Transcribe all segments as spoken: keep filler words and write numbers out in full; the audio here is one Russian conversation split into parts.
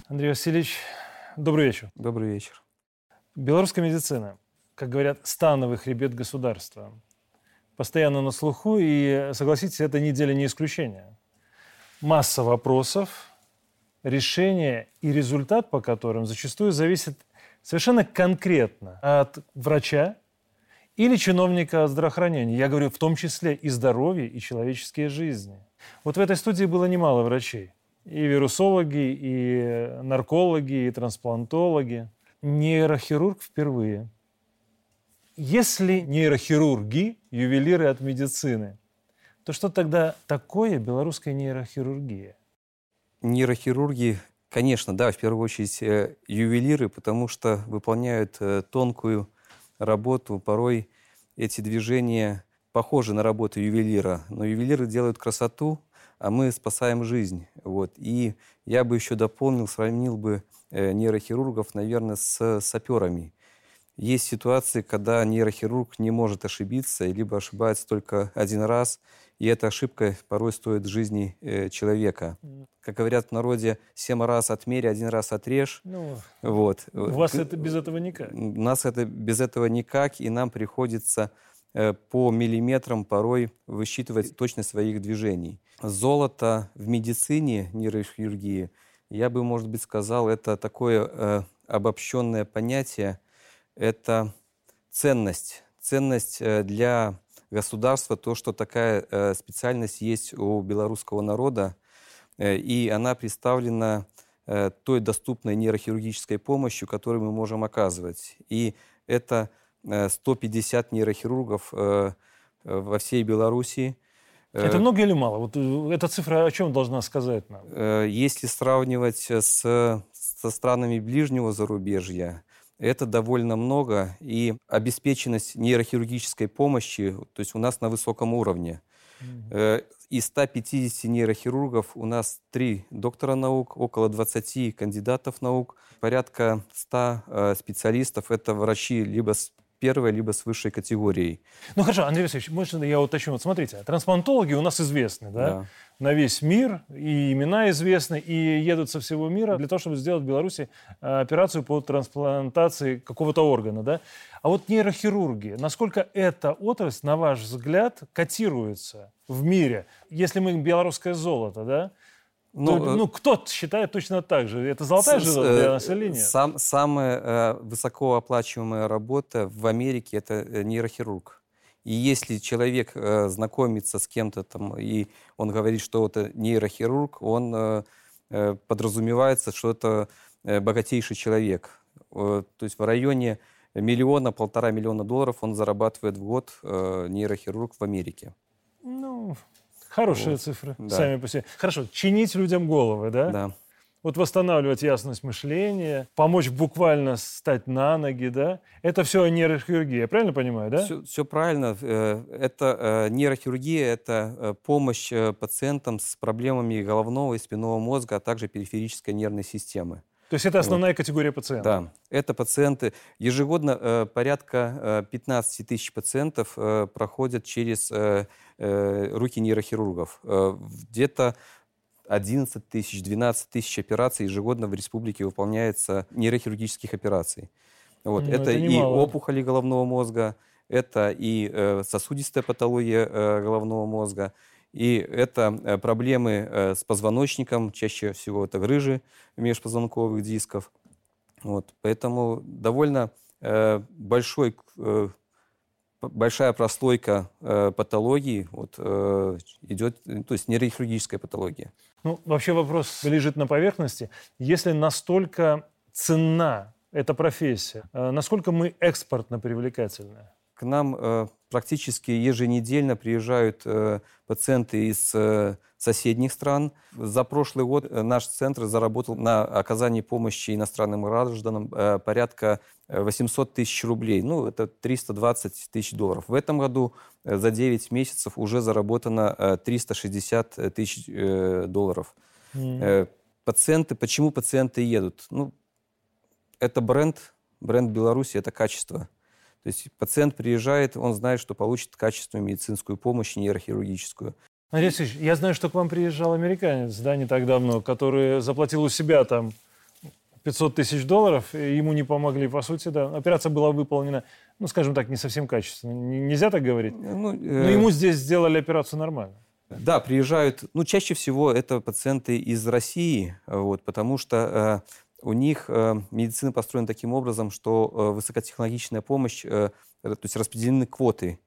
Андрей Васильевич, добрый вечер. Добрый вечер. Белорусская медицина, как говорят, становый хребет государства, постоянно на слуху, и, согласитесь, эта неделя не исключение. Масса вопросов, решения и результат по которым зачастую зависит совершенно конкретно от врача или чиновника здравоохранения. Я говорю в том числе и здоровье, и человеческие жизни. Вот в этой студии было немало врачей. И вирусологи, и наркологи, и трансплантологи. Нейрохирург впервые. Если нейрохирурги – ювелиры от медицины, то что тогда такое белорусская нейрохирургия? Нейрохирурги, конечно, да, в первую очередь ювелиры, потому что выполняют тонкую работу. Порой эти движения похожи на работу ювелира, но ювелиры делают красоту, а мы спасаем жизнь. Вот. И я бы еще дополнил, сравнил бы нейрохирургов, наверное, с саперами. Есть ситуации, когда нейрохирург не может ошибиться, либо ошибается только один раз, и эта ошибка порой стоит жизни э, человека. Как говорят в народе, семь раз отмерь, один раз отрежь. Ну, вот. У вас это без этого никак? У нас это без этого никак, и нам приходится э, по миллиметрам порой высчитывать точность своих движений. Золото в медицине, нейрохирургии, я бы, может быть, сказал, это такое э, обобщенное понятие, это ценность. Ценность для государства, то, что такая специальность есть у белорусского народа, и она представлена той доступной нейрохирургической помощью, которую мы можем оказывать. И это сто пятьдесят нейрохирургов во всей Беларуси. Это много или мало? Вот эта цифра о чем должна сказать нам? Если сравнивать с, со странами ближнего зарубежья, это довольно много, и обеспеченность нейрохирургической помощи, то есть у нас на высоком уровне. Mm-hmm. Из ста пятидесяти нейрохирургов у нас три доктора наук, около двадцати кандидатов наук, порядка ста специалистов. Это врачи либо с первой, либо с высшей категорией. Ну хорошо, Андрей Васильевич, можно я уточню? Вот смотрите, трансплантологи у нас известны, да? Да. На весь мир, и имена известны, и едут со всего мира для того, чтобы сделать в Беларуси операцию по трансплантации какого-то органа, да? А вот нейрохирургия, насколько эта отрасль, на ваш взгляд, котируется в мире? Если мы белорусское золото, да? Ну, то, ну, кто считает точно так же? Это золотая жила для нас или нет? Сам, самая э, высокооплачиваемая работа в Америке – это нейрохирург. И если человек э, знакомится с кем-то там, и он говорит, что это нейрохирург, он э, э, подразумевается, что это э, богатейший человек. Э, то есть в районе миллиона, полтора миллиона долларов он зарабатывает в год э, нейрохирург в Америке. Ну... Хорошие вот. Цифры, да. Сами по себе. Хорошо, чинить людям головы, да? Да. Вот восстанавливать ясность мышления, помочь буквально стать на ноги, да? Это все нейрохирургия, я правильно понимаю, да? Все, все правильно. Это нейрохирургия, это помощь пациентам с проблемами головного и спинного мозга, а также периферической нервной системы. То есть это основная вот. Категория пациентов? Да, это пациенты. Ежегодно э, порядка э, пятнадцать тысяч пациентов э, проходят через э, э, руки нейрохирургов. Э, где-то одиннадцать тысяч, двенадцать тысяч операций ежегодно в республике выполняется нейрохирургических операций. Вот. Ну, это это и немало. Опухоли головного мозга, это и э, сосудистая патология э, головного мозга, и это проблемы с позвоночником, чаще всего это грыжи межпозвонковых дисков. Вот. Поэтому довольно э, большой, э, большая прослойка э, патологий вот, э, идет, то есть нейрохирургическая патология. Ну, вообще вопрос лежит на поверхности. Если настолько ценна эта профессия, э, насколько мы экспортно привлекательны? К нам э, практически еженедельно приезжают э, пациенты из э, соседних стран. За прошлый год наш центр заработал на оказании помощи иностранным гражданам э, порядка восемьсот тысяч рублей. Ну, это триста двадцать тысяч долларов. В этом году э, за девять месяцев уже заработано э, триста шестьдесят тысяч э, долларов. Mm. Э, пациенты, почему пациенты едут? Ну, это бренд, бренд Беларуси, это качество. То есть пациент приезжает, он знает, что получит качественную медицинскую помощь, нейрохирургическую. Андрей Алексеевич, я знаю, что к вам приезжал американец, да, не так давно, который заплатил у себя там пятьсот тысяч долларов, ему не помогли, по сути, да. Операция была выполнена, ну, скажем так, не совсем качественно. Н- Нельзя так говорить. Ну, Но э, ему здесь сделали операцию нормально. Да, приезжают, ну, чаще всего это пациенты из России, вот, потому что э, у них э, медицина построена таким образом, что э, высокотехнологичная помощь, э, то есть распределены квоты,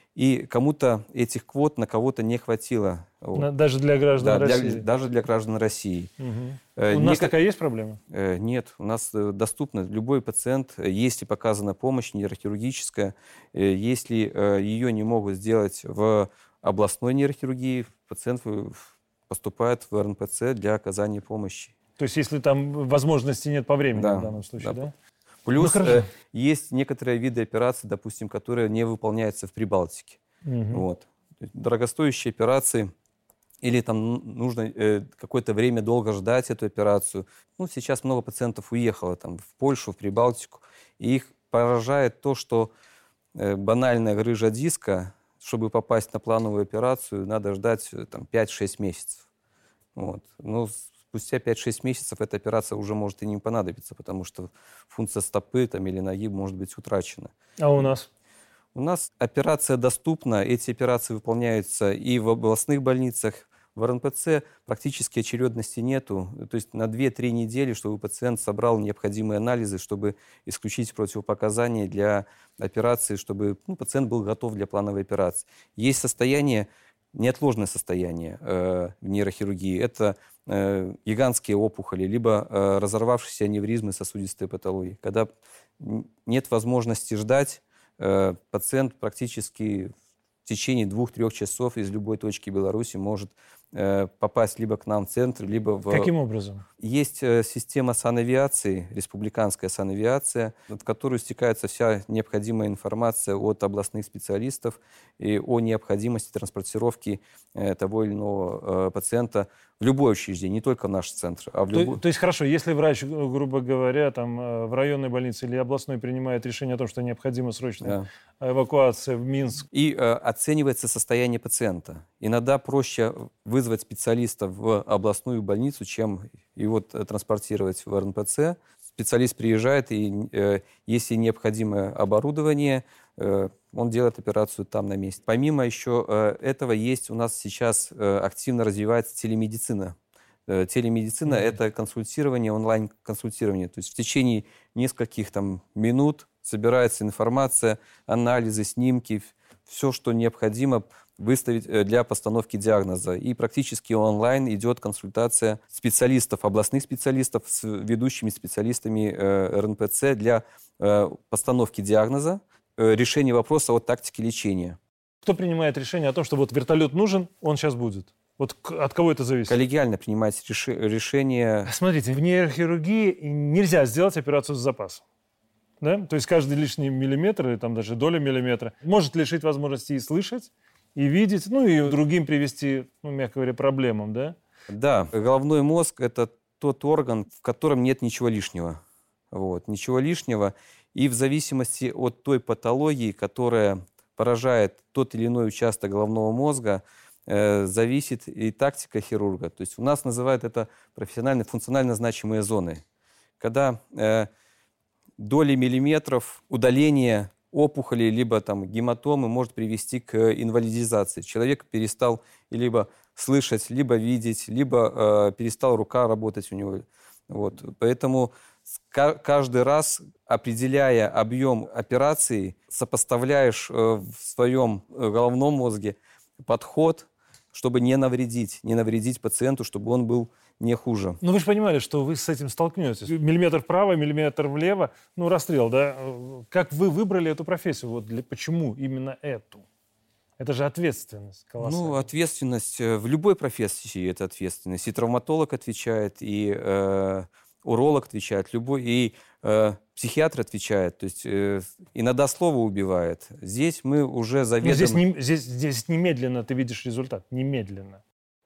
и кому-то этих квот на кого-то не хватило. Вот. На- Даже для граждан Да, для- России. даже для граждан России. Мгм. Э, У нас неко- такая есть проблема? Э, Нет, у нас э, доступно. Любой пациент, э, если показана помощь нейрохирургическая, э, если э, ее не могут сделать в областной нейрохирургии, пациент э, поступает в эр эн пэ цэ для оказания помощи. То есть, если там возможности нет по времени Да, в данном случае, да. да? Плюс Ну, хорошо. э, есть некоторые виды операций, допустим, которые не выполняются в Прибалтике. Мгм. Вот. То есть дорогостоящие операции, или там ну- нужно э, какое-то время долго ждать эту операцию. Ну, сейчас много пациентов уехало там, в Польшу, в Прибалтику, и их поражает то, что э, банальная грыжа диска, чтобы попасть на плановую операцию, надо ждать э, там, пять-шесть месяцев. Вот. Ну, спустя пять-шесть месяцев эта операция уже может и не понадобиться, потому что функция стопы там, или ноги может быть утрачена. А у нас? У нас операция доступна, эти операции выполняются и в областных больницах, в эр эн пэ цэ практически очередности нету. То есть на две-три недели, чтобы пациент собрал необходимые анализы, чтобы исключить противопоказания для операции, чтобы ну, пациент был готов для плановой операции. Есть состояние, неотложное состояние э, в нейрохирургии. Это э, гигантские опухоли, либо э, разорвавшиеся аневризмы сосудистой патологии. Когда н- нет возможности ждать, э, пациент практически в течение двух-трех часов из любой точки Беларуси может э, попасть либо к нам в центр, либо в... Каким образом? Есть э, система санавиации, республиканская санавиация, в которую стекается вся необходимая информация от областных специалистов и о необходимости транспортировки э, того или иного э, пациента в любое учреждение, не только в наш центр, а в То, любой... то есть, хорошо, если врач, гру- грубо говоря, там, э, в районной больнице или областной принимает решение о том, что необходима срочная Да. эвакуация в Минск, И э, оценивается состояние пациента. Иногда проще вызвать специалиста в областную больницу, чем его т- транспортировать в эр эн пэ цэ. Специалист приезжает, и э, если необходимое оборудование, э, он делает операцию там на месте. Помимо еще э, этого, есть у нас сейчас э, активно развивается телемедицина. Э, Телемедицина Мгм. это консультирование, онлайн-консультирование. То есть в течение нескольких там, минут собирается информация, анализы, снимки, все, что необходимо выставить э, для постановки диагноза. И практически онлайн идет консультация специалистов, областных специалистов с ведущими специалистами э, эр эн пэ цэ для э, постановки диагноза, э, решения вопроса о тактике лечения. кто принимает решение о том, что вот вертолет нужен, он сейчас будет? Вот к- от кого это зависит? Коллегиально принимать реши- решение. Смотрите, в нейрохирургии нельзя сделать операцию с запасом. Да? То есть каждый лишний миллиметр, или там даже доля миллиметра, может лишить возможности и слышать, и видеть, ну и другим привести, ну, мягко говоря, проблемам, да? Да, головной мозг – это тот орган, в котором нет ничего лишнего. Вот, ничего лишнего. И в зависимости от той патологии, которая поражает тот или иной участок головного мозга, э, зависит и тактика хирурга. То есть у нас называют это профессионально функционально значимые зоны. Когда э, доли миллиметров удаления опухоли либо там, гематомы может привести к инвалидизации. Человек перестал либо слышать, либо видеть, либо э, перестала рука работать у него. Вот. Поэтому ка- каждый раз, определяя объем операции, сопоставляешь э, в своем э, головном мозге подход, чтобы не навредить, не навредить пациенту, чтобы он был не хуже. Ну, вы же понимали, что вы с этим столкнетесь. Миллиметр вправо, миллиметр влево, ну, расстрел, да? Как вы выбрали эту профессию? Вот для, почему именно эту? Это же ответственность колоссальная. Ну, ответственность э, в любой профессии это ответственность. И травматолог отвечает, и э, уролог отвечает, любой, и э, психиатр отвечает. То есть э, иногда слово убивает. Здесь мы уже Но заведомо... здесь, не- здесь, здесь немедленно ты видишь результат. Немедленно.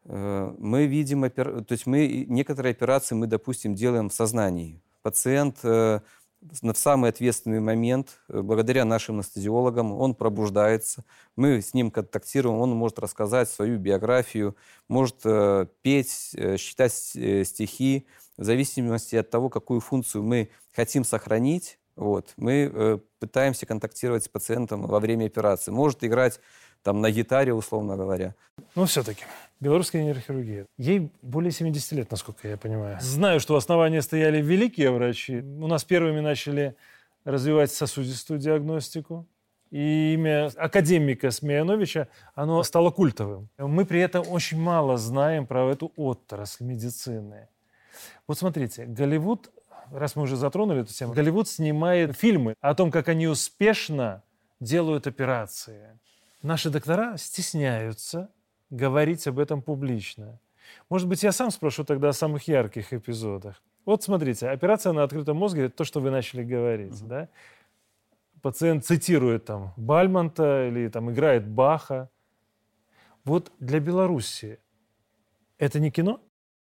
Э, Мы видим, опер- то есть мы некоторые операции мы, допустим, делаем в сознании. Пациент э, в самый ответственный момент, э, благодаря нашим анестезиологам, он пробуждается, мы с ним контактируем, он может рассказать свою биографию, может э, петь, э, читать э, стихи, в зависимости от того, какую функцию мы хотим сохранить, вот, мы э, пытаемся контактировать с пациентом во время операции. Может играть там на гитаре, условно говоря. Но все-таки белорусская нейрохирургия. Ей более семидесяти лет, насколько я понимаю. Знаю, что у основания стояли великие врачи. У нас первыми начали развивать сосудистую диагностику. И имя академика Смеяновича, оно стало культовым. Мы при этом очень мало знаем про эту отрасль медицины. Вот смотрите, Голливуд, раз мы уже затронули эту тему, Голливуд снимает фильмы о том, как они успешно делают операции. Наши доктора стесняются говорить об этом публично. Может быть, я сам спрошу тогда о самых ярких эпизодах. Вот смотрите, операция на открытом мозге – это то, что вы начали говорить, mm-hmm. да? Пациент цитирует там Бальмонта или там играет Баха. Вот для Беларуси это не кино?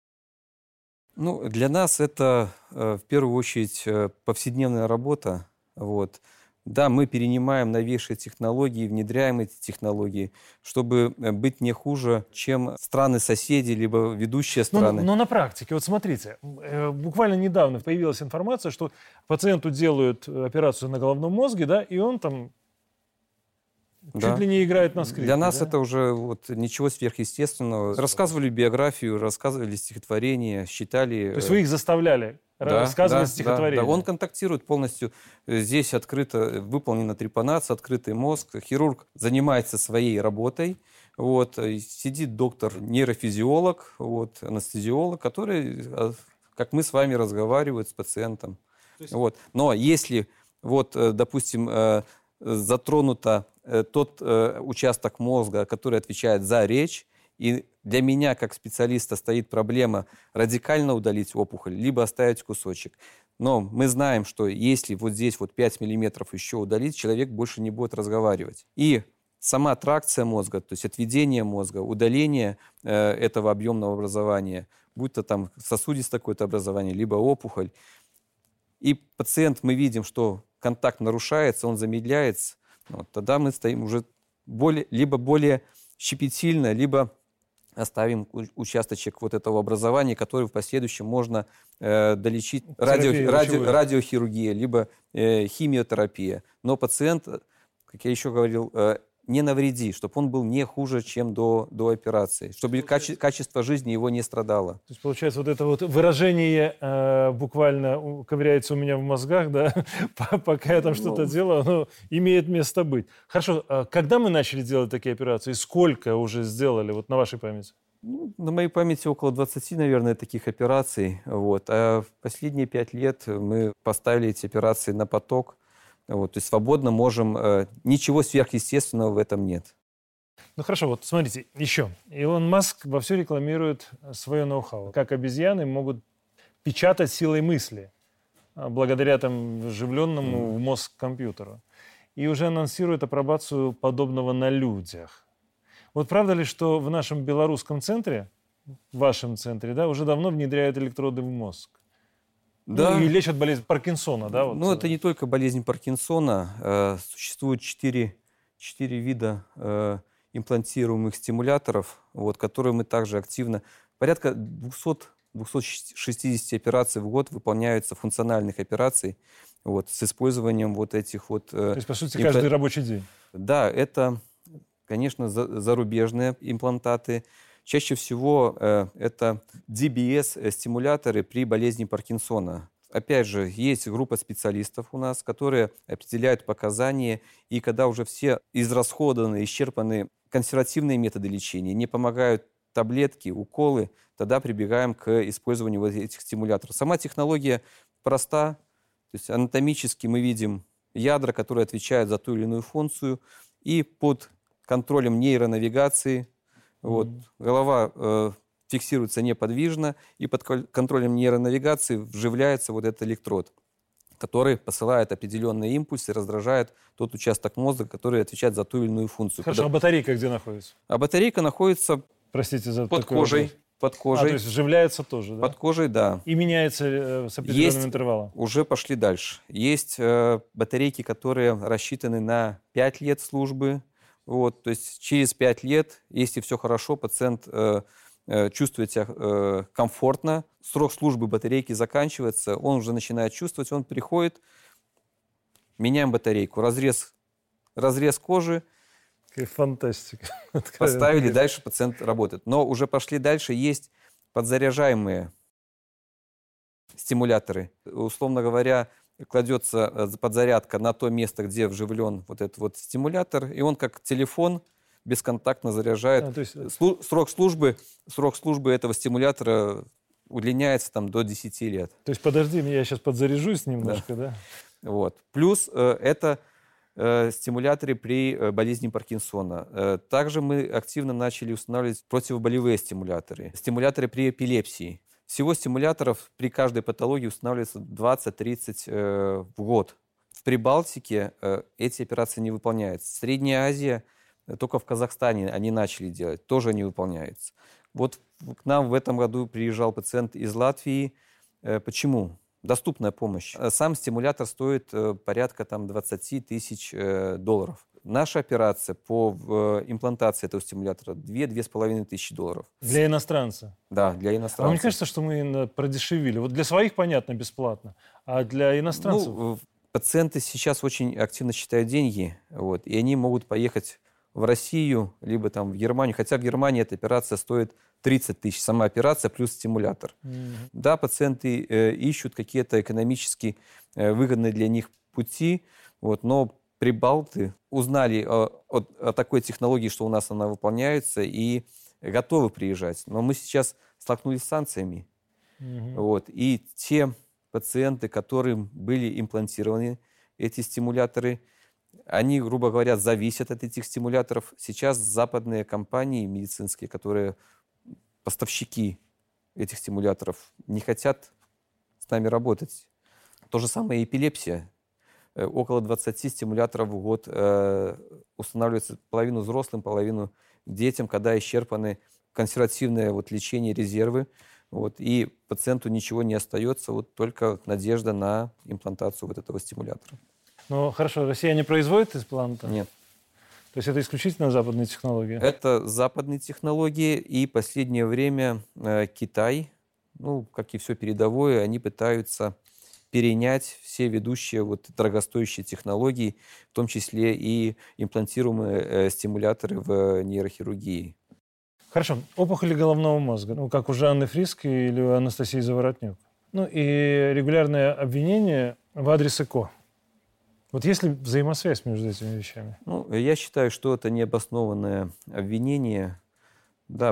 Ну, для нас это э, в первую очередь э, повседневная работа. Вот. Да, мы перенимаем новейшие технологии, внедряем эти технологии, чтобы быть не хуже, чем страны-соседи, либо ведущие страны. Но, но на практике, вот смотрите, буквально недавно появилась информация, что пациенту делают операцию на головном мозге, да, и он там да. чуть ли не играет на скрипке. Для нас да? это уже вот ничего сверхъестественного. Рассказывали биографию, рассказывали стихотворения, считали... То есть вы их заставляли? Да, рассказывать да, стихотворение. Да, да, он контактирует полностью. Здесь открыто, выполнена трепанация, открытый мозг. Хирург занимается своей работой. Вот, сидит доктор-нейрофизиолог, вот, анестезиолог, который, как мы с вами, разговаривает с пациентом. Есть... Вот. Но если, вот, допустим, затронуто тот участок мозга, который отвечает за речь, и для меня, как специалиста, стоит проблема радикально удалить опухоль, либо оставить кусочек. Но мы знаем, что если вот здесь вот пять миллиметров еще удалить, человек больше не будет разговаривать. И сама тракция мозга, то есть отведение мозга, удаление э, этого объемного образования, будь то там сосудистое какое-то образование, либо опухоль. И пациент, мы видим, что контакт нарушается, он замедляется, вот, тогда мы стоим уже более, либо более щепетильно, либо оставим участочек вот этого образования, который в последующем можно э, долечить радио, радио, радиохирургия, либо э, химиотерапия. Но пациент, как я еще говорил, э, не навреди, чтобы он был не хуже, чем до, до операции, чтобы каче, качество жизни его не страдало. То есть, получается, вот это вот выражение э, буквально ковыряется у меня в мозгах, да, пока я там что-то делаю, оно имеет место быть. Хорошо, а когда мы начали делать такие операции? Сколько уже сделали, вот на вашей памяти? Ну, на моей памяти около двадцати, наверное, таких операций. Вот. А в последние пять лет мы поставили эти операции на поток. Вот, то есть свободно можем, э, ничего сверхъестественного в этом нет. Ну хорошо, вот смотрите, еще. Илон Маск вовсю рекламирует свое ноу-хау. Как обезьяны могут печатать силой мысли, благодаря там вживленному в мозг компьютеру. И уже анонсирует апробацию подобного на людях. Вот правда ли, что в нашем белорусском центре, в вашем центре, да, уже давно внедряют электроды в мозг? Да. Ну, и лечат болезнь Паркинсона, да? Вот. Ну, это не только болезнь Паркинсона. Э, существует четыре, четыре вида э, имплантируемых стимуляторов, вот, которые мы также активно... Порядка двести - двести шестьдесят операций в год выполняются, функциональных операций, вот, с использованием вот этих вот... Э, То есть, по сути, импла... каждый рабочий день? Да, это, конечно, за, зарубежные имплантаты. Чаще всего э, это ди би эс-стимуляторы при болезни Паркинсона. Опять же, есть группа специалистов у нас, которые определяют показания, и когда уже все израсходованы, исчерпаны консервативные методы лечения, не помогают таблетки, уколы, тогда прибегаем к использованию вот этих стимуляторов. Сама технология проста, то есть анатомически мы видим ядра, которые отвечают за ту или иную функцию, и под контролем нейронавигации вот, mm-hmm. голова э, фиксируется неподвижно, и под контролем нейронавигации вживляется вот этот электрод, который посылает определенные импульсы, раздражает тот участок мозга, который отвечает за ту или иную функцию. Хорошо, Куда... а батарейка где находится? А батарейка находится Простите за под кожей. Вопрос. Под кожей. А, то есть вживляется тоже, да? Под кожей, да. И меняется э, с определенным Есть, интервалом? Уже пошли дальше. Есть э, батарейки, которые рассчитаны на пять лет службы. Вот, то есть через пять лет, если все хорошо, пациент э, э, чувствует себя э, комфортно, срок службы батарейки заканчивается, он уже начинает чувствовать, он приходит, меняем батарейку, разрез, разрез кожи, Какая фантастика. поставили, дальше пациент работает. Но уже пошли дальше, есть подзаряжаемые стимуляторы. Условно говоря, кладется подзарядка на то место, где вживлен вот этот вот стимулятор, и он как телефон бесконтактно заряжает. А, то есть... Слу- срок службы, срок службы этого стимулятора удлиняется там до десяти лет. То есть, подожди, я сейчас подзаряжусь немножко, да? да? Вот. Плюс э, это э, стимуляторы при э, болезни Паркинсона. Э, также мы активно начали устанавливать противоболевые стимуляторы. Стимуляторы при эпилепсии. Всего стимуляторов при каждой патологии устанавливается двадцать-тридцать э, в год. В Прибалтике э, эти операции не выполняются. Средняя Азия, э, только в Казахстане они начали делать, тоже не выполняется. Вот к нам в этом году приезжал пациент из Латвии. Э, почему? Доступная помощь. Сам стимулятор стоит э, порядка там, двадцать тысяч э, долларов. Наша операция по в, имплантации этого стимулятора две-две с половиной тысячи долларов. Для иностранца? Да, для иностранцев. А мне кажется, что мы продешевили. Вот для своих, понятно, бесплатно, а для иностранцев? Ну, пациенты сейчас очень активно считают деньги, вот, и они могут поехать в Россию, либо там в Германию, хотя в Германии эта операция стоит тридцать тысяч, сама операция плюс стимулятор. Mm-hmm. Да, пациенты э, ищут какие-то экономически э, выгодные для них пути, вот, но прибалты узнали о, о, о такой технологии, что у нас она выполняется, и готовы приезжать. Но мы сейчас столкнулись с санкциями. Mm-hmm. Вот, и те пациенты, которым были имплантированы эти стимуляторы, они, грубо говоря, зависят от этих стимуляторов. Сейчас западные компании медицинские, которые поставщики этих стимуляторов, не хотят с нами работать. То же самое и эпилепсия. Около двадцати стимуляторов в год э, устанавливается половину взрослым, половину детям, когда исчерпаны консервативное вот, лечение, резервы. Вот, и пациенту ничего не остается, вот, только надежда на имплантацию вот этого стимулятора. Ну, хорошо, Россия не производит импланта? Нет. То есть это исключительно западные технологии? Это западные технологии, и в последнее время э, Китай, ну, как и все передовое, они пытаются перенять все ведущие вот, дорогостоящие технологии, в том числе и имплантируемые э, стимуляторы в нейрохирургии. Хорошо. Опухоли головного мозга, ну, как у Жанны Фриск или у Анастасии Заворотнюк. Ну, и регулярное обвинение в адрес ЭКО. Вот есть ли взаимосвязь между этими вещами? Ну, я считаю, что это необоснованное обвинение. Да,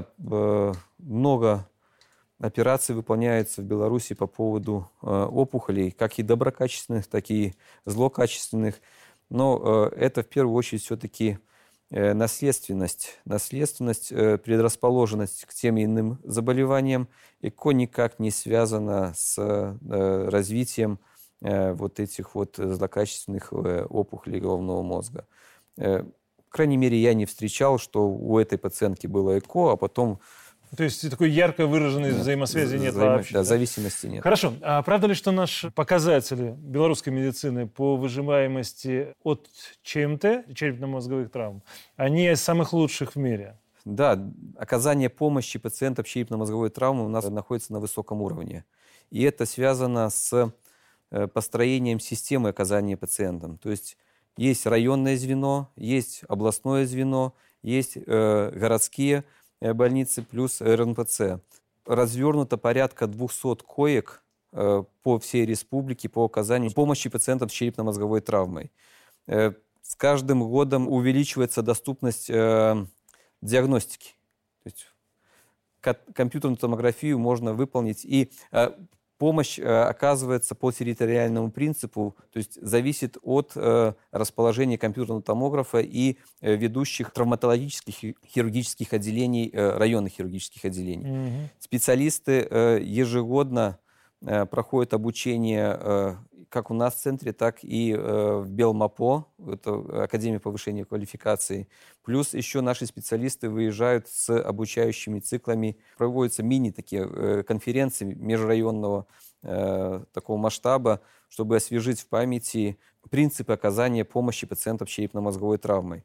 много операций выполняется в Беларуси по поводу э, опухолей, как и доброкачественных, так и злокачественных. Но э, это в первую очередь все-таки э, наследственность. Наследственность, э, предрасположенность к тем или иным заболеваниям. ЭКО никак не связано с э, развитием э, вот этих вот злокачественных э, опухолей головного мозга. Э, по крайней мере, я не встречал, что у этой пациентки было ЭКО, а потом... То есть такой ярко выраженной да. взаимосвязи нет Взаимо... вообще? Да, зависимости нет. Хорошо. А правда ли, что наши показатели белорусской медицины по выживаемости от ЧМТ, черепно-мозговых травм, они из самых лучших в мире? Да, оказание помощи пациентам черепно-мозговой травмы у нас находится на высоком уровне. И это связано с построением системы оказания пациентам. То есть есть районное звено, есть областное звено, есть э, городские больницы плюс эр эн пэ цэ. Развернуто порядка двухсот коек э, по всей республике по оказанию помощи пациентам с черепно-мозговой травмой. Э, с каждым годом увеличивается доступность э, диагностики. То есть компьютерную томографию можно выполнить. И э, помощь э, оказывается по территориальному принципу, то есть зависит от э, расположения компьютерного томографа и э, ведущих травматологических и хирургических отделений, э, районных хирургических отделений. Mm-hmm. Специалисты э, ежегодно э, проходят обучение э, как у нас в центре, так и э, в Белмапо, это Академия повышения квалификации. Плюс еще наши специалисты выезжают с обучающими циклами. Проводятся мини такие э, конференции межрайонного э, такого масштаба, чтобы освежить в памяти принципы оказания помощи пациентам с черепно-мозговой травмой.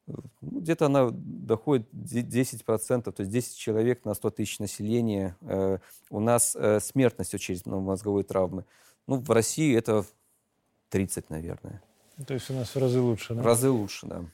Ну, где-то она доходит десять процентов, то есть десять человек на сто тысяч населения. Э, у нас э, смертность от черепно-мозговой травмы. Ну, в России это тридцать, наверное. То есть у нас в разы лучше, да? В разы лучше, да.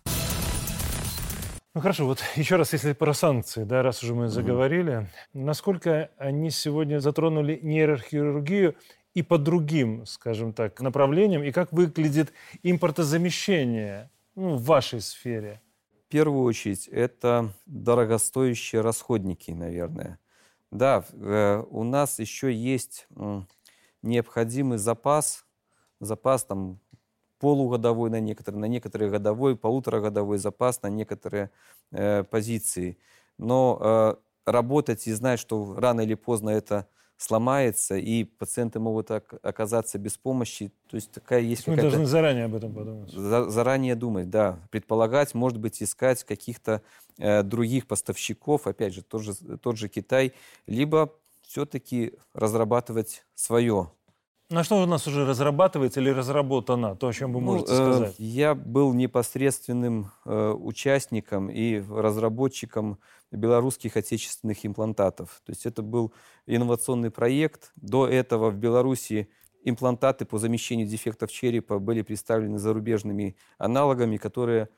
Ну хорошо, вот еще раз, если про санкции, да, раз уже мы mm-hmm. заговорили, насколько они сегодня затронули нейрохирургию и по другим, скажем так, направлениям, и как выглядит импортозамещение, ну, в вашей сфере? В первую очередь, это дорогостоящие расходники, наверное. Да, э, у нас еще есть э, необходимый запас, запас там полугодовой на некоторые, на некоторые годовой, полуторагодовой запас на некоторые э, позиции. Но э, работать и знать, что рано или поздно это сломается, и пациенты могут оказаться без помощи. То есть такая есть Мы должны заранее об этом подумать. За, заранее думать, да. Предполагать, может быть, искать каких-то э, других поставщиков, опять же тот, же, тот же Китай, либо все-таки разрабатывать свое. На что у нас уже разрабатывается или разработано, то, о чем вы ну, можете сказать? Э, я был непосредственным э, участником и разработчиком белорусских отечественных имплантатов. То есть это был инновационный проект. До этого в Беларуси имплантаты по замещению дефектов черепа были представлены зарубежными аналогами, которые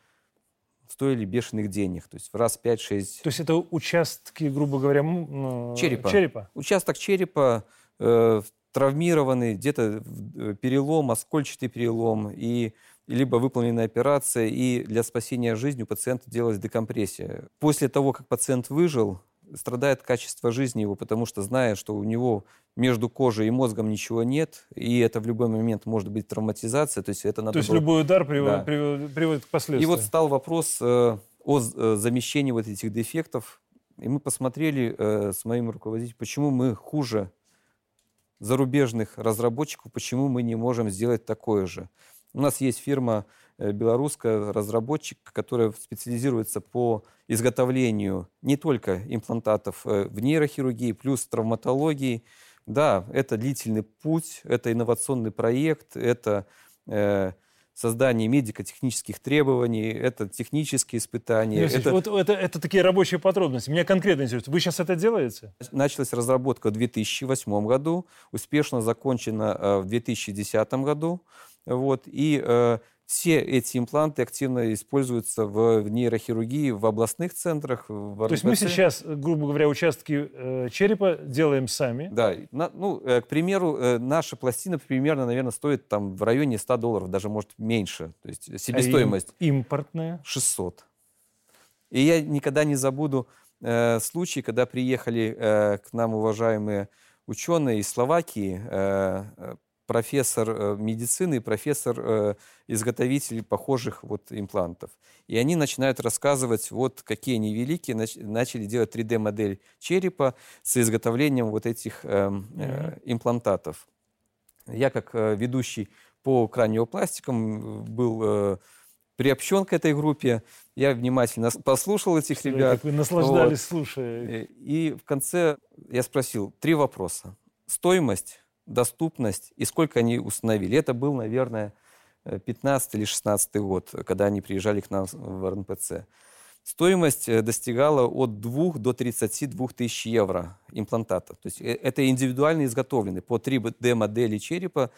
стоили бешеных денег. То есть в раз пять-шесть. То есть это участки, грубо говоря, черепа. черепа? Участок черепа э, травмированный, где-то перелом, оскольчатый перелом, и либо выполненная операция, и для спасения жизни у пациента делалась декомпрессия. После того, как пациент выжил, страдает качество жизни его, потому что, зная, что у него между кожей и мозгом ничего нет, и это в любой момент может быть травматизация, то есть это надо То есть было... любой удар приводит, да. приводит, приводит к последствиям. И вот стал вопрос э, о замещении вот этих дефектов, и мы посмотрели э, с моим руководителем, почему мы хуже зарубежных разработчиков, почему мы не можем сделать такое же. У нас есть фирма э, белорусская, разработчик, которая специализируется по изготовлению не только имплантатов э, в нейрохирургии, плюс травматологии. Да, это длительный путь, это инновационный проект, это э, создание медико-технических требований, это технические испытания. Это... Вот это, это такие рабочие подробности. Меня конкретно интересует. Вы сейчас это делаете? Началась разработка в две тысячи восьмом году, успешно закончена э, в две тысячи десятом году. Вот, и э, все эти импланты активно используются в, в нейрохирургии, в областных центрах, в эр эн пэ цэ. То есть мы сейчас, грубо говоря, участки э, черепа делаем сами? Да. На, ну, э, к примеру, э, наша пластина примерно, наверное, стоит там в районе ста долларов, даже, может, меньше. То есть себестоимость. А им, импортная? шестьсот. И я никогда не забуду э, случай, когда приехали э, к нам уважаемые ученые из Словакии, э, профессор медицины и профессор изготовитель похожих вот имплантов. И они начинают рассказывать, вот какие они великие, начали делать три дэ-модель черепа с изготовлением вот этих э, э, имплантатов. Я как э, ведущий по краниопластикам был э, приобщен к этой группе. Я внимательно послушал этих Что ребят. Как вы наслаждались, вот. слушая. И в конце я спросил три вопроса. Стоимость, доступность и сколько они установили. Это был, наверное, пятнадцатый или шестнадцатый год, когда они приезжали к нам в эр эн пэ цэ. Стоимость достигала от двух до тридцати двух тысяч евро имплантата. То есть это индивидуально изготовленный по три дэ-модели черепа.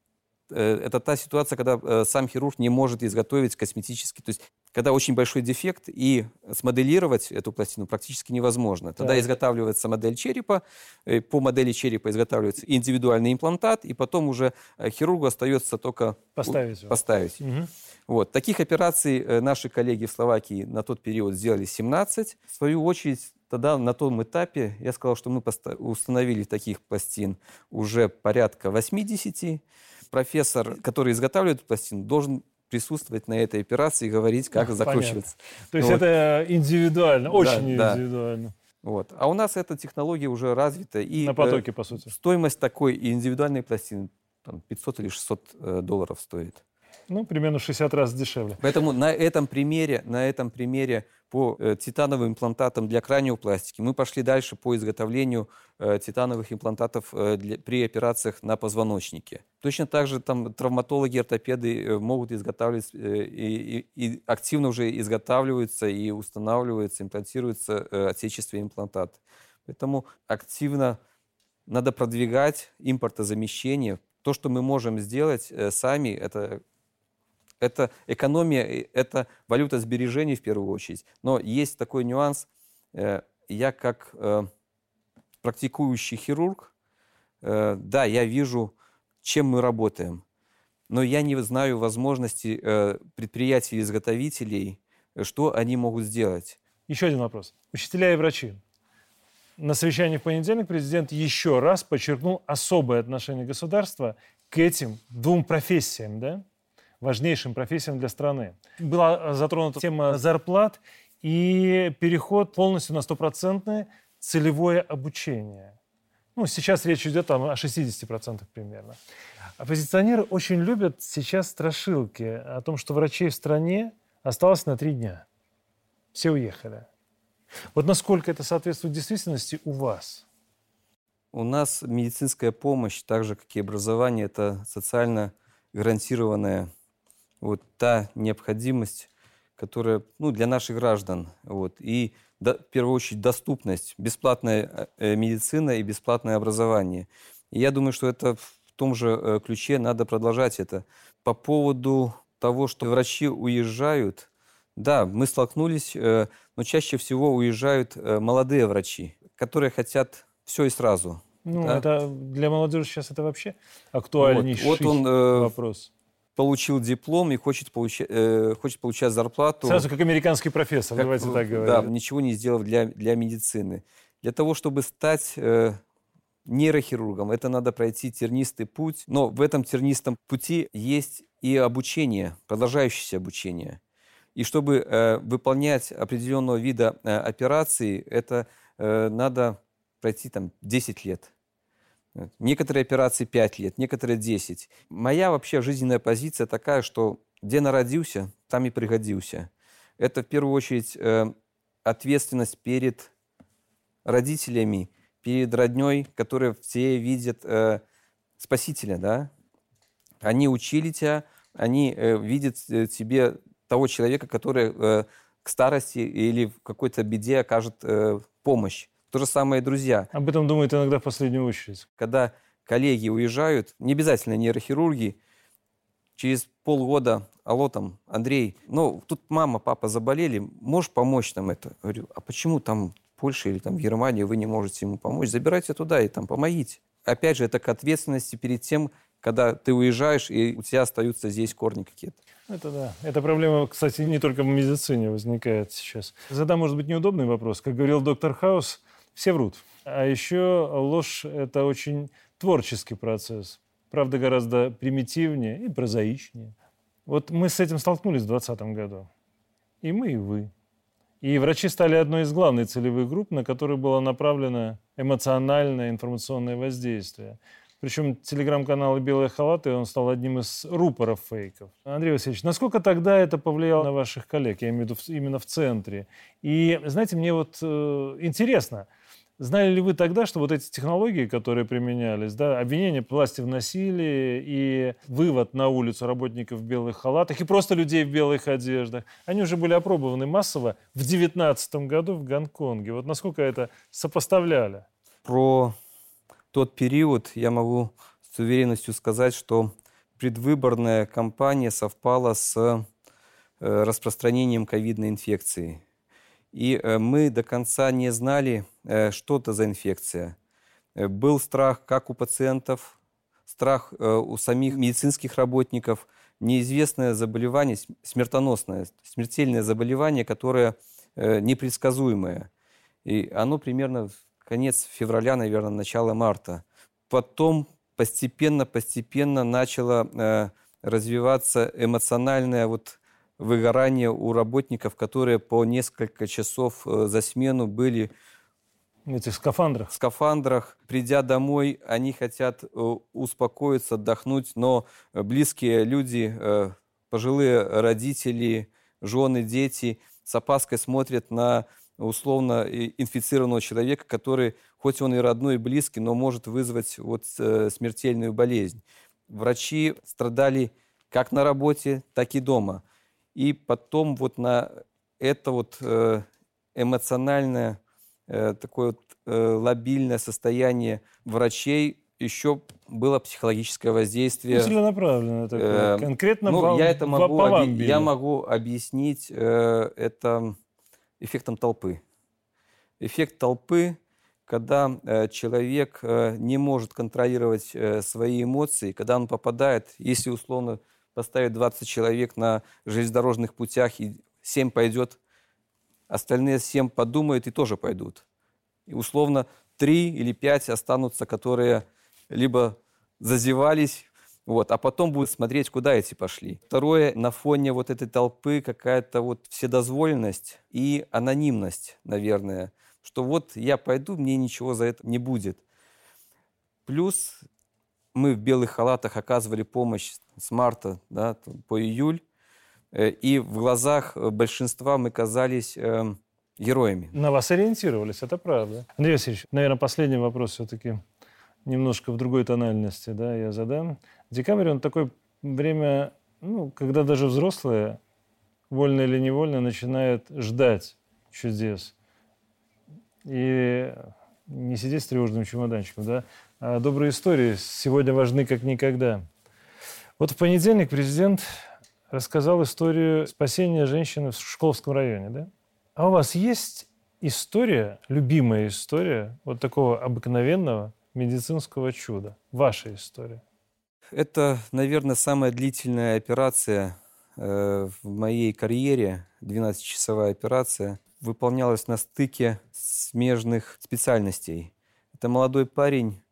Это та ситуация, когда сам хирург не может изготовить косметически. То есть когда очень большой дефект, и смоделировать эту пластину практически невозможно. Тогда так. изготавливается модель черепа, по модели черепа изготавливается индивидуальный имплантат, и потом уже хирургу остается только поставить. поставить. Угу. Вот. Таких операций наши коллеги в Словакии на тот период сделали семнадцать. В свою очередь, тогда на том этапе я сказал, что мы установили таких пластин уже порядка восьмидесяти. Профессор, который изготавливает эту пластину, должен присутствовать на этой операции и говорить, как Понятно. закручивается. То есть вот. Это индивидуально, очень да, индивидуально. Да. Вот. А у нас эта технология уже развита. И, на потоке, э, по сути. Стоимость такой индивидуальной пластины там, пятьсот или шестьсот э, долларов стоит. Ну, примерно в шестьдесят раз дешевле. Поэтому на этом примере, на этом примере по э, титановым имплантатам для краниопластики мы пошли дальше по изготовлению э, титановых имплантатов э, для, при операциях на позвоночнике. Точно так же там травматологи, ортопеды э, могут изготавливать э, и, и, и активно уже изготавливаются и устанавливаются, имплантируются э, отечественные имплантаты. Поэтому активно надо продвигать импортозамещение. То, что мы можем сделать э, сами, это Это экономия, это валюта сбережений в первую очередь. Но есть такой нюанс. Я как практикующий хирург, да, я вижу, чем мы работаем. Но я не знаю возможности предприятий-изготовителей, что они могут сделать. Еще один вопрос. Учителя и врачи. На совещании в понедельник президент еще раз подчеркнул особое отношение государства к этим двум профессиям, да? Важнейшим профессиям для страны. Была затронута тема зарплат и переход полностью на стопроцентное целевое обучение. Ну, сейчас речь идет там, о шестидесяти процентах примерно. Оппозиционеры очень любят сейчас страшилки о том, что врачей в стране осталось на три дня. Все уехали. Вот насколько это соответствует действительности у вас? У нас медицинская помощь, так же, как и образование, это социально гарантированная вот та необходимость, которая ну, для наших граждан. Вот. И до, в первую очередь доступность, бесплатная э, медицина и бесплатное образование. И я думаю, что это в том же э, ключе надо продолжать это. По поводу того, что врачи уезжают, да, мы столкнулись, э, но чаще всего уезжают э, молодые врачи, которые хотят все и сразу. Ну, да? это для молодежи сейчас это вообще актуальнейший вот, вот он, э, вопрос. Получил диплом и хочет, получа, э, хочет получать зарплату. Сразу как американский профессор, как, давайте так говорить. Да, ничего не сделав для, для медицины. Для того, чтобы стать э, нейрохирургом, это надо пройти тернистый путь. Но в этом тернистом пути есть и обучение, продолжающееся обучение. И чтобы э, выполнять определенного вида э, операции, это э, надо пройти там десять лет. Некоторые операции пять лет, некоторые десять. Моя вообще жизненная позиция такая, что где народился, там и пригодился. Это в первую очередь э, ответственность перед родителями, перед родней, которые все видят э, спасителя. Да? Они учили тебя, они э, видят э, тебе того человека, который э, к старости или в какой-то беде окажет э, помощь. То же самое и друзья. Об этом думают иногда в последнюю очередь. Когда коллеги уезжают, не обязательно нейрохирурги, через полгода, алло, там, Андрей, ну, тут мама, папа заболели, можешь помочь нам это? Говорю, а почему там в Польше или там в Германии вы не можете ему помочь? Забирайте туда и там помогите. Опять же, это к ответственности перед тем, когда ты уезжаешь, и у тебя остаются здесь корни какие-то. Это да. Эта проблема, кстати, не только в медицине возникает сейчас. Задам, может быть, неудобный вопрос. Как говорил доктор Хаус, все врут. А еще ложь – это очень творческий процесс. Правда, гораздо примитивнее и прозаичнее. Вот мы с этим столкнулись в двадцатом году. И мы, и вы. И врачи стали одной из главных целевых групп, на которые было направлено эмоциональное информационное воздействие. Причем телеграм-канал «Белые халаты», он стал одним из рупоров фейков. Андрей Васильевич, насколько тогда это повлияло на ваших коллег, я имею в виду именно в центре? И, знаете, мне вот э, интересно, знали ли вы тогда, что вот эти технологии, которые применялись, да, обвинение власти в насилии и вывод на улицу работников в белых халатах и просто людей в белых одеждах, они уже были опробованы массово в две тысячи девятнадцатом году в Гонконге. Вот насколько это сопоставляли? Про тот период я могу с уверенностью сказать, что предвыборная кампания совпала с э, распространением ковидной инфекции. И э, мы до конца не знали, э, что это за инфекция. Э, был страх как у пациентов, страх э, у самих медицинских работников, неизвестное заболевание, смертоносное, смертельное заболевание, которое э, непредсказуемое. И оно примерно в конец февраля, наверное, начало марта. Потом постепенно-постепенно начало э, развиваться эмоциональное вот выгорание у работников, которые по несколько часов э, за смену были в этих скафандрах. В скафандрах. Придя домой, они хотят э, успокоиться, отдохнуть, но близкие люди э, пожилые родители, жены, дети с опаской смотрят на условно инфицированного человека, который, хоть он и родной, и близкий, но может вызвать вот смертельную болезнь. Врачи страдали как на работе, так и дома. И потом вот на это вот эмоциональное, такое вот лобильное состояние врачей еще было психологическое воздействие. Ну, целенаправленное такое. Конкретно ну, по, я, это могу по вам оби- били. я могу объяснить э, это эффектом толпы. Эффект толпы, когда э, человек э, не может контролировать э, свои эмоции, когда он попадает, если условно поставить двадцать человек на железнодорожных путях, и семь пойдет, остальные семь подумают и тоже пойдут. И условно три или пять останутся, которые либо зазевались, вот, а потом будут смотреть, куда эти пошли. Второе, на фоне вот этой толпы какая-то вот вседозволенность и анонимность, наверное, что вот я пойду, мне ничего за это не будет. Плюс мы в белых халатах оказывали помощь с марта, да, по июль, и в глазах большинства мы казались э, героями. На вас ориентировались, это правда. Андрей Васильевич, наверное, последний вопрос все-таки немножко в другой тональности, да, я задам. Декабрь, он такое время, ну, когда даже взрослые, вольно или невольно, начинают ждать чудес. И не сидеть с тревожным чемоданчиком, да, а добрые истории сегодня важны как никогда. Вот в понедельник президент рассказал историю спасения женщины в Шкловском районе, да? А у вас есть история, любимая история вот такого обыкновенного медицинского чуда? Ваша история? Это, наверное, самая длительная операция э, в моей карьере, двенадцатичасовая операция. Выполнялась на стыке смежных специальностей. Это молодой парень,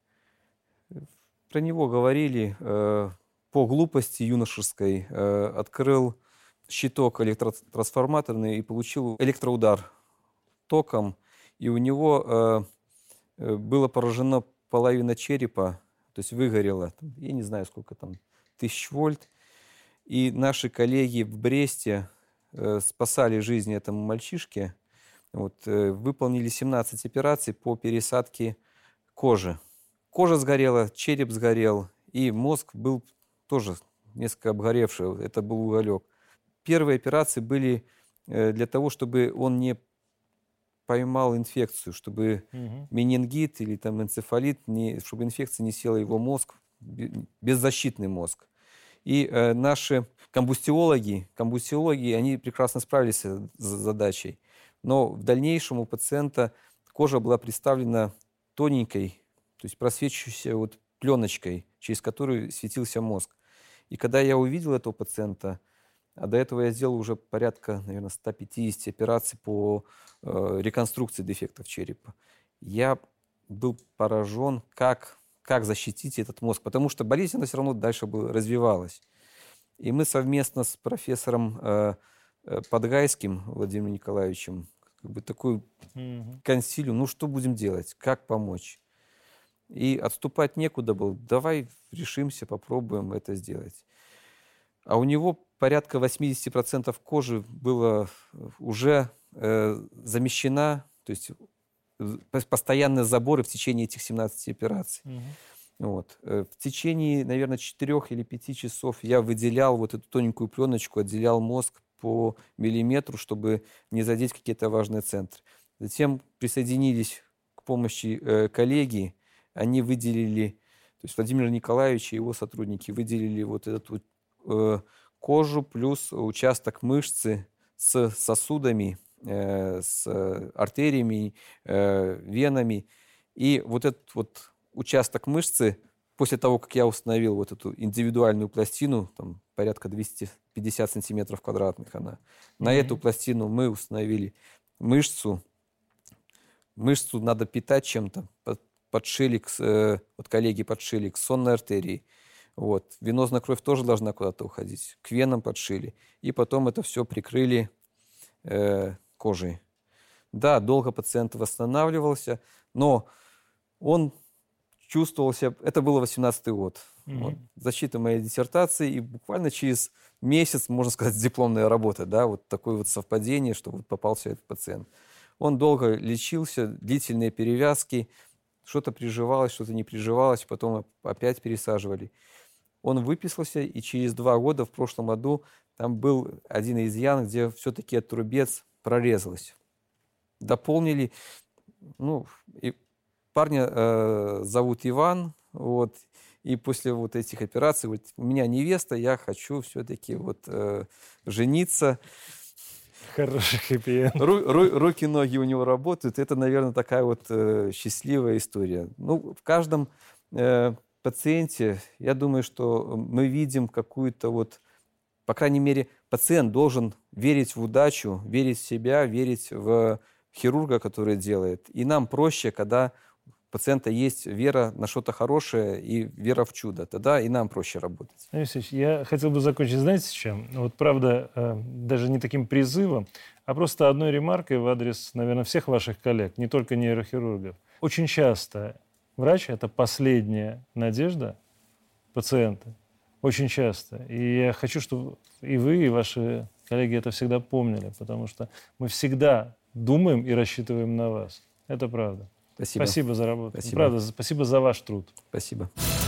про него говорили э, по глупости юношеской, э, открыл щиток электротрансформаторный и получил электроудар током, и у него э, было поражено половина черепа, то есть выгорело, я не знаю сколько там, тысяч вольт. И наши коллеги в Бресте э, спасали жизнь этому мальчишке, вот, э, выполнили семнадцать операций по пересадке кожи. Кожа сгорела, череп сгорел, и мозг был тоже несколько обгоревший, это был уголек. Первые операции были э, для того, чтобы он не поймал инфекцию, чтобы угу. менингит или там энцефалит, не, чтобы инфекция не села в его мозг, беззащитный мозг. И э, наши комбустиологи, комбустиологи, они прекрасно справились с задачей. Но в дальнейшем у пациента кожа была представлена тоненькой, то есть просвечивающейся вот пленочкой, через которую светился мозг. И когда я увидел этого пациента, а до этого я сделал уже порядка, наверное, сто пятьдесят операций по э, реконструкции дефектов черепа, я был поражен, как, как защитить этот мозг, потому что болезнь, она все равно дальше бы развивалась. И мы совместно с профессором э, Подгайским Владимиром Николаевичем как бы такой mm-hmm. консилиум, ну что будем делать, как помочь. И отступать некуда было, давай решимся, попробуем это сделать. А у него порядка восемьдесят процентов кожи было уже э, замещена, то есть постоянные заборы в течение этих семнадцати операций. Mm-hmm. Вот. В течение, наверное, четырех или пяти часов я выделял вот эту тоненькую пленочку, отделял мозг по миллиметру, чтобы не задеть какие-то важные центры. Затем присоединились к помощи э, коллеги, они выделили, то есть Владимир Николаевич и его сотрудники выделили вот эту э, кожу плюс участок мышцы с сосудами, э, с артериями, э, венами. И вот этот вот участок мышцы, после того, как я установил вот эту индивидуальную пластину, там порядка двести пятьдесят сантиметров квадратных она, mm-hmm. на эту пластину мы установили мышцу. Мышцу надо питать чем-то. Подшили, к, э, вот коллеги подшили к сонной артерии. Вот. Венозная кровь тоже должна куда-то уходить. К венам подшили. И потом это все прикрыли э, кожей. Да, долго пациент восстанавливался, но он чувствовал себя... Это было восемнадцатый год. Мгм. Вот. Защита моей диссертации, и буквально через месяц, можно сказать, дипломная работа, да, вот такое вот совпадение, что вот попался этот пациент. Он долго лечился, длительные перевязки, что-то приживалось, что-то не приживалось, потом опять пересаживали. Он выписался, и через два года, в прошлом году, там был один изъян, где все-таки отрубец прорезалось. Дополнили, ну, и парня э, зовут Иван, вот, и после вот этих операций, вот, у меня невеста, я хочу все-таки вот э, жениться. Хороший хэппи-энд. Ру- ру- руки-ноги у него работают. Это, наверное, такая вот э, счастливая история. Ну, в каждом э, пациенте, я думаю, что мы видим какую-то вот, по крайней мере, пациент должен верить в удачу, верить в себя, верить в хирурга, который делает. И нам проще, когда у пациента есть вера на что-то хорошее и вера в чудо. Тогда и нам проще работать. Алексей Алексеевич, я хотел бы закончить, знаете, с чем? Вот правда, э, даже не таким призывом, а просто одной ремаркой в адрес, наверное, всех ваших коллег, не только нейрохирургов. Очень часто врач – это последняя надежда пациента. Очень часто. И я хочу, чтобы и вы, и ваши коллеги это всегда помнили, потому что мы всегда думаем и рассчитываем на вас. Это правда. Спасибо. Спасибо за работу. Спасибо. Правда, спасибо за ваш труд. Спасибо.